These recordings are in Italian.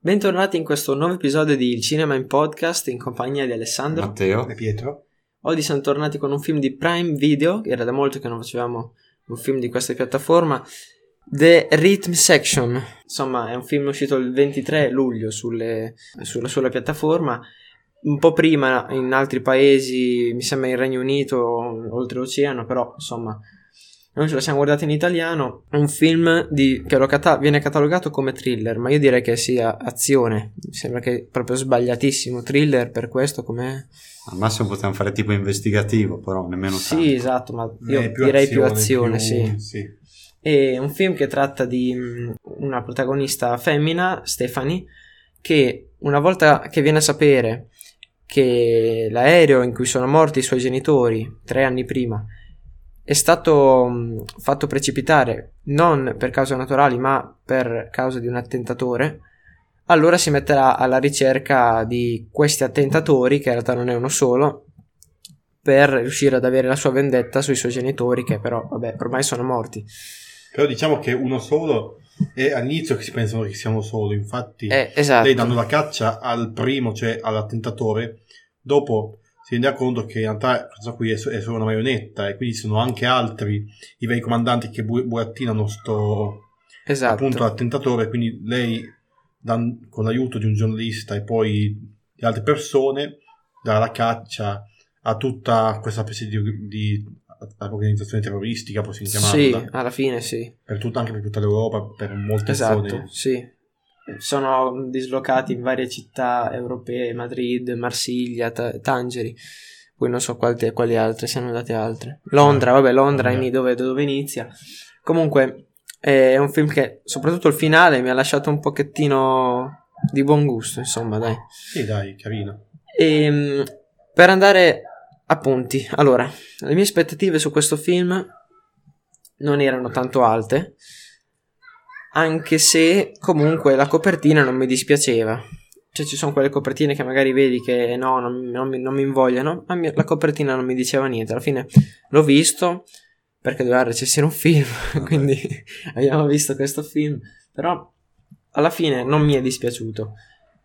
Bentornati in questo nuovo episodio di Il Cinema in Podcast in compagnia di Alessandro, Matteo e Pietro. Oggi siamo tornati con un film di Prime Video, era da molto che non facevamo un film di questa piattaforma, The Rhythm Section. Insomma, è un film uscito il 23 luglio sulla piattaforma, un po' prima in altri paesi, mi sembra in Regno Unito, oltreoceano, però insomma noi ce lo siamo guardati in italiano. È un film che viene catalogato come thriller, ma io direi che sia azione. Mi sembra che è proprio sbagliatissimo thriller per questo, com'è. Al massimo potevamo fare tipo investigativo, però nemmeno tanto. Sì, esatto, ma io direi più azione, sì. È un film che tratta di una protagonista femmina, Stephanie, che una volta che viene a sapere che l'aereo in cui sono morti i suoi genitori 3 anni prima è stato fatto precipitare non per cause naturali ma per causa di un attentatore, allora si metterà alla ricerca di questi attentatori, che in realtà non è uno solo, per riuscire ad avere la sua vendetta sui suoi genitori, che però vabbè ormai sono morti. Però diciamo che uno solo è all'inizio che si pensano che sia uno solo, infatti esatto. Lei danno la caccia al primo, cioè all'attentatore, dopo si rende conto che in realtà questa qui è solo una marionetta, e quindi sono anche altri i veri comandanti che burattinano esatto. appunto l'attentatore, quindi lei con l'aiuto di un giornalista e poi di altre persone dà la caccia a tutta questa specie di organizzazione terroristica, possiamo chiamarla. Sì, alla fine sì. Anche per tutta l'Europa, per molte esatto, zone. Sì. Sono dislocati in varie città europee, Madrid, Marsiglia, Tangeri, poi non so quali altre, siano andate altre. Londra è dove inizia. Comunque è un film che, soprattutto il finale, mi ha lasciato un pochettino di buon gusto, insomma, dai. Sì, dai, carino. E per andare a punti, allora, le mie aspettative su questo film non erano tanto alte, anche se comunque la copertina non mi dispiaceva. Cioè, ci sono quelle copertine che magari vedi che no, non mi invogliano, ma la copertina non mi diceva niente. Alla fine l'ho visto perché doveva recensire un film, quindi abbiamo visto questo film, però alla fine non mi è dispiaciuto.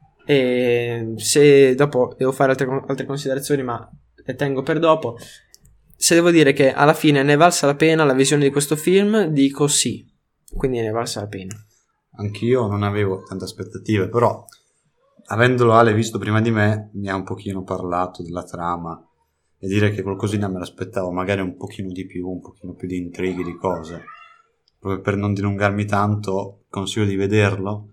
E se dopo devo fare altre considerazioni, ma le tengo per dopo, se devo dire che alla fine ne è valsa la pena la visione di questo film, dico sì. Quindi ne è valsa la pena. Anch'io non avevo tante aspettative, però avendolo Ale visto prima di me mi ha un pochino parlato della trama, e dire che qualcosina me l'aspettavo, magari un pochino più di intrighi, di cose. Proprio per non dilungarmi tanto, consiglio di vederlo.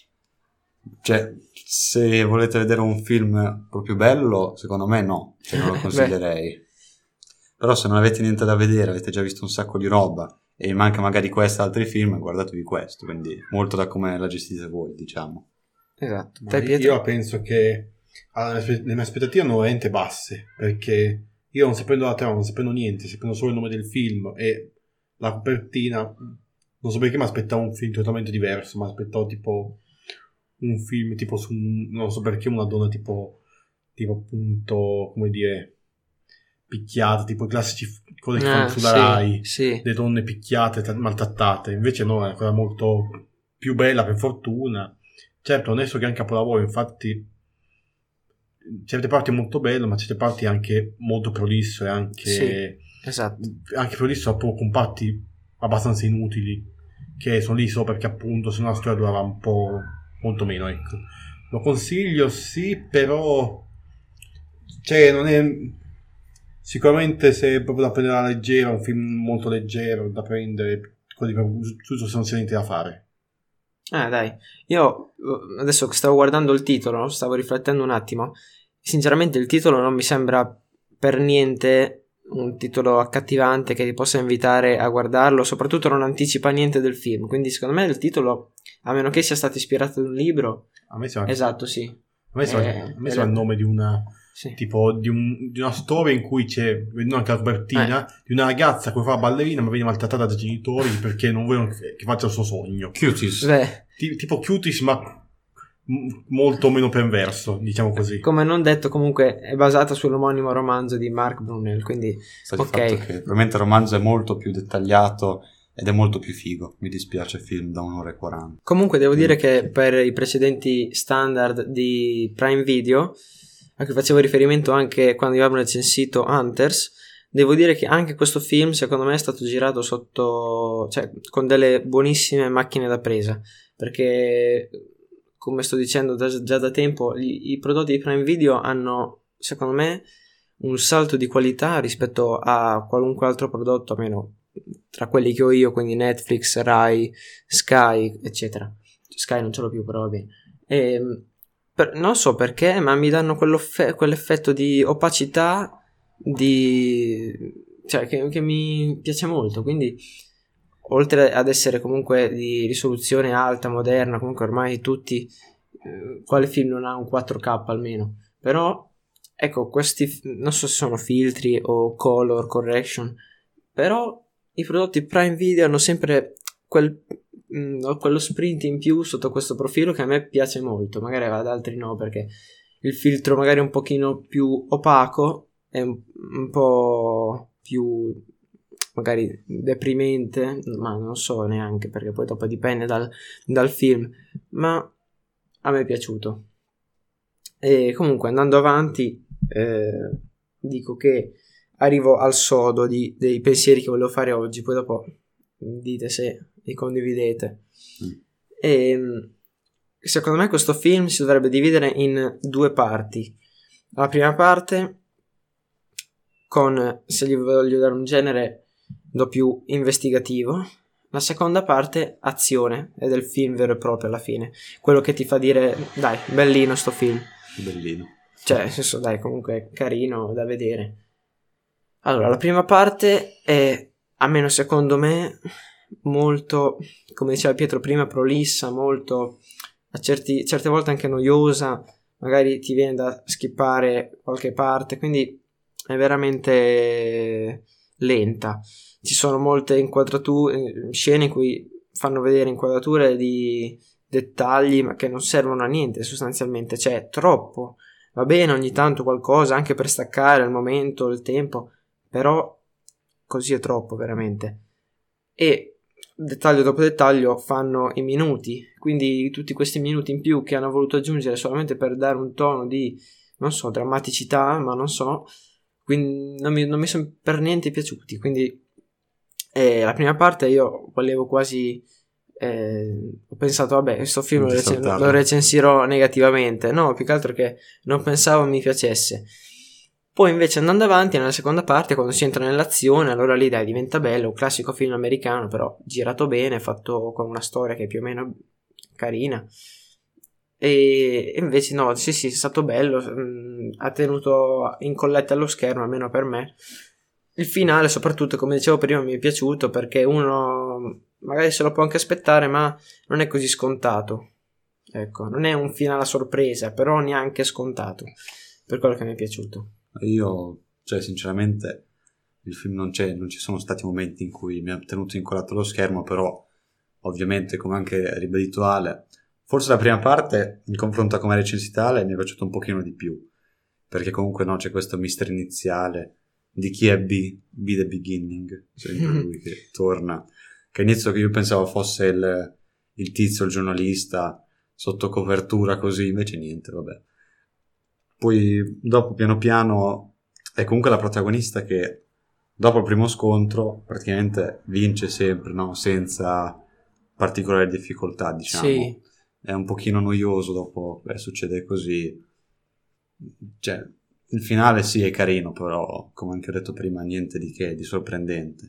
Cioè, se volete vedere un film proprio bello, secondo me no, cioè non lo consiglierei. Però se non avete niente da vedere, avete già visto un sacco di roba e manca magari questo e altri film, guardatevi questo, quindi molto da come la gestite voi, diciamo. Esatto. Io penso che le mie aspettative erano veramente basse, perché io non sapendo la trama, non sapendo niente, sapendo solo il nome del film e la copertina, non so perché mi aspettavo un film totalmente diverso, mi aspettavo tipo un film tipo non so perché, una donna tipo appunto, come dire, picchiate, tipo i classici cose che fanno sulla Rai, sì. Le donne picchiate, maltrattate. Invece no, è una cosa molto più bella, per fortuna. Certo, non è so che è un capolavoro, infatti certe parti molto bello, ma certe parti anche molto prolisso, e anche sì, esatto, anche prolisso con parti abbastanza inutili che sono lì solo perché appunto se no la storia durava un po' molto meno, ecco. Lo consiglio, sì, però cioè non è sicuramente, se è proprio da prendere alla leggera, un film molto leggero da prendere così, giusto se non c'è niente da fare. Dai, io adesso che stavo guardando il titolo, stavo riflettendo un attimo, sinceramente il titolo non mi sembra per niente un titolo accattivante che ti possa invitare a guardarlo, soprattutto non anticipa niente del film, quindi secondo me il titolo, a meno che sia stato ispirato da un libro, a me sembra, esatto, sì, a me sembra il nome di una, sì, tipo di una storia in cui c'è, vedo anche la copertina, di una ragazza che fa la ballerina ma viene maltrattata dai genitori perché non vogliono che faccia il suo sogno. Cuties. Tipo Cuties, ma molto meno perverso, diciamo così. Come non detto, comunque è basata sull'omonimo romanzo di Mark Brunel, quindi Sta di fatto che probabilmente il romanzo è molto più dettagliato ed è molto più figo. Mi dispiace film da 1 ora e 40. Comunque devo dire che per i precedenti standard di Prime Video, a cui facevo riferimento anche quando abbiamo recensito Hunters, devo dire che anche questo film secondo me è stato girato cioè, con delle buonissime macchine da presa, perché come sto dicendo già da tempo, i prodotti di Prime Video hanno secondo me un salto di qualità rispetto a qualunque altro prodotto, almeno tra quelli che ho io, quindi Netflix, Rai, Sky, eccetera. Sky non ce l'ho più, però va bene. Non so perché, ma mi danno quell'effetto di opacità, cioè che mi piace molto. Quindi, oltre ad essere comunque di risoluzione alta, moderna, comunque ormai tutti, quale film non ha un 4K almeno? Però, ecco, questi non so se sono filtri o color correction, però i prodotti Prime Video hanno sempre quello sprint in più sotto questo profilo che a me piace molto, magari ad altri no, perché il filtro magari un pochino più opaco è un po' più magari deprimente, ma non so neanche, perché poi dopo dipende dal film, ma a me è piaciuto. E comunque andando avanti dico che arrivo al sodo dei pensieri che volevo fare oggi, poi dopo dite se li condividete. E secondo me questo film si dovrebbe dividere in 2 parti. La prima parte con, se gli voglio dare un genere, do più investigativo. La seconda parte azione, è del film vero e proprio alla fine, quello che ti fa dire dai, bellino sto film, Bellino, cioè nel senso dai, comunque carino da vedere. Allora, la prima parte è, almeno secondo me, molto, come diceva Pietro prima, prolissa, molto, certe volte anche noiosa, magari ti viene da skippare qualche parte, quindi è veramente lenta. Ci sono molte inquadrature, scene in cui fanno vedere inquadrature di dettagli, ma che non servono a niente sostanzialmente, cioè troppo. Va bene ogni tanto qualcosa, anche per staccare al momento, il tempo, però così è troppo veramente. E dettaglio dopo dettaglio fanno i minuti, quindi tutti questi minuti in più che hanno voluto aggiungere solamente per dare un tono di, non so, drammaticità, ma non so, quindi non mi sono per niente piaciuti. Quindi la prima parte io volevo quasi ho pensato vabbè questo film lo recensirò negativamente, no, più che altro che non pensavo mi piacesse. Poi invece andando avanti nella seconda parte, quando si entra nell'azione, allora lì dai diventa bello, un classico film americano però girato bene, fatto con una storia che è più o meno carina. E invece no, sì è stato bello, ha tenuto in colletta allo schermo, almeno per me. Il finale soprattutto, come dicevo prima, mi è piaciuto perché uno magari se lo può anche aspettare, ma non è così scontato, ecco, non è un finale a sorpresa, però neanche scontato, per quello che mi è piaciuto. Io, cioè, sinceramente, il film non ci sono stati momenti in cui mi ha tenuto incollato allo schermo, però, ovviamente, come anche ribadito Ale, forse la prima parte, in confronto a come recensita Ale, mi è piaciuto un pochino di più, perché comunque no, c'è questo mistero iniziale di chi è B the Beginning, sempre lui che torna, che all'inizio che io pensavo fosse il tizio, il giornalista, sotto copertura così, invece niente, vabbè. Poi dopo piano piano è comunque la protagonista che dopo il primo scontro praticamente vince sempre, no? Senza particolari difficoltà, diciamo. Sì. È un pochino noioso dopo, succede così. Cioè, il finale sì è carino, però come anche ho detto prima niente di che, di sorprendente.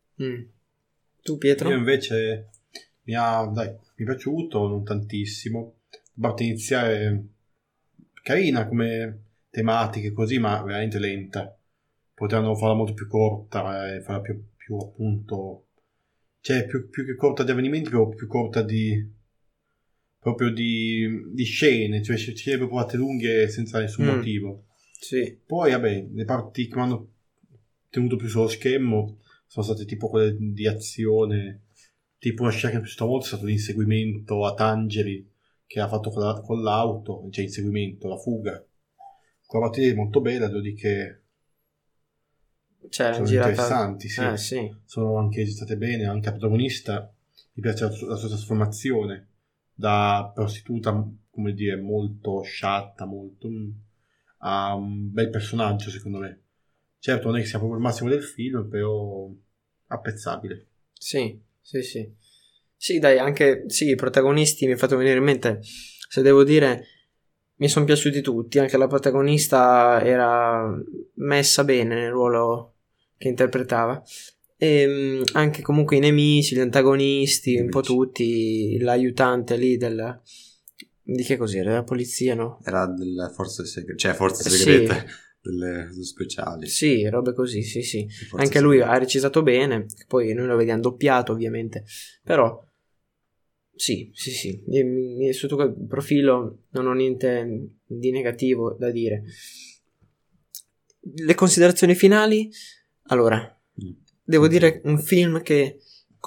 Tu Pietro? Io invece mi è piaciuto, non tantissimo. La parte iniziale carina come tematiche così, ma veramente lenta. Potevano farla molto più corta e farla più appunto, cioè più che corta di avvenimenti, più corta proprio di scene, cioè scene proprio fatte lunghe senza nessun motivo. Sì. Poi vabbè, le parti che mi hanno tenuto più sullo schermo sono state tipo quelle di azione, tipo una scena che mi è piaciuta molto è stato l'inseguimento a Tangeri che ha fatto con l'auto, cioè inseguimento, la fuga. Quella partita è molto bella, devo dire che cioè, sono girata... interessanti, sì. Sì. Sono anche state bene, anche la protagonista mi piace la sua trasformazione da prostituta, come dire, molto sciatta, molto ha un bel personaggio secondo me. Certo non è che sia proprio il massimo del film, però apprezzabile. Sì. Sì, dai, anche sì, i protagonisti mi ha fatto venire in mente, se devo dire, mi sono piaciuti tutti, anche la protagonista era messa bene nel ruolo che interpretava. E anche comunque i nemici, gli antagonisti, un po' tutti, l'aiutante lì di che cos'era? Della polizia, no? Era delle forze segrete, cioè forze segrete, delle speciali. Sì, robe così, sì. Forze Anche lui segrete. ha recitato bene, poi noi lo vediamo doppiato ovviamente, però sì. Sotto quel profilo non ho niente di negativo da dire. Le considerazioni finali? Allora, devo dire un film che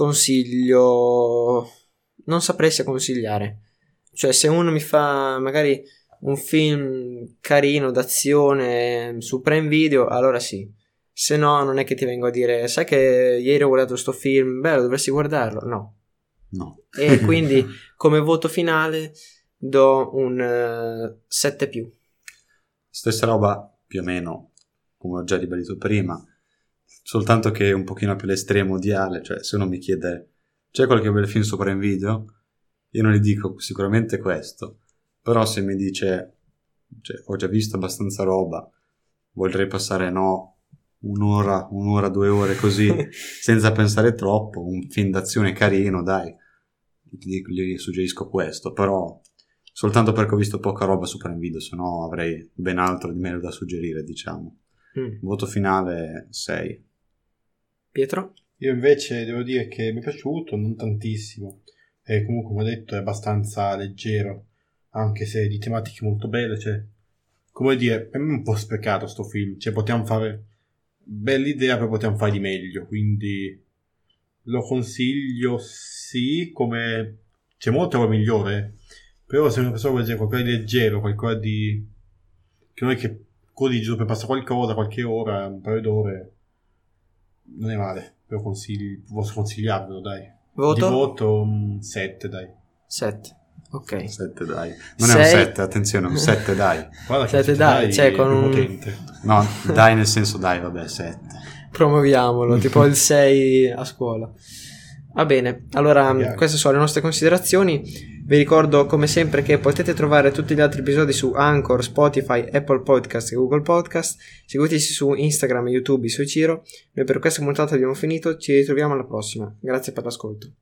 consiglio, non saprei se consigliare. Cioè, se uno mi fa magari un film carino d'azione su Prime Video, allora sì. Se no, non è che ti vengo a dire, sai che ieri ho guardato sto film, bello, dovresti guardarlo. No. E quindi, come voto finale, do un 7+. Stessa roba, più o meno, come ho già ribadito prima, soltanto che un pochino più l'estremo odiale. Cioè, se uno mi chiede, c'è qualche bel film su Prime Video? Io non gli dico sicuramente questo, però se mi dice, cioè, ho già visto abbastanza roba, vorrei passare un'ora, 2 ore così, senza pensare troppo, un film d'azione carino, dai, gli suggerisco questo, però soltanto perché ho visto poca roba su Prime Video, se no avrei ben altro di meglio da suggerire, diciamo. Voto finale 6. Pietro? Io invece devo dire che mi è piaciuto, non tantissimo, e comunque come ho detto è abbastanza leggero, anche se di tematiche molto belle, cioè, come dire, per me è un po' sprecato sto film, cioè potevamo fare bella idea, però potevamo fare di meglio, quindi lo consiglio, sì, come c'è molto roba migliore, però se una persona vuole dire qualcosa di leggero, qualcosa di che non è che così giusto per passare qualcosa, qualche ora, un paio d'ore, non è male, però posso consigliarvelo, dai. Voto? Di voto 7, dai. 7. Ok. 7 dai. Non è un 7, attenzione, un 7 dai. Guarda che 7 dai, cioè con un... potente. No, dai nel senso dai, vabbè, 7. Promuoviamolo, tipo il 6 a scuola. Va bene, allora queste sono le nostre considerazioni. Vi ricordo come sempre che potete trovare tutti gli altri episodi su Anchor, Spotify, Apple Podcast e Google Podcast. Seguiteci su Instagram, YouTube, su Ciro. Noi per questa puntata abbiamo finito, ci ritroviamo alla prossima. Grazie per l'ascolto.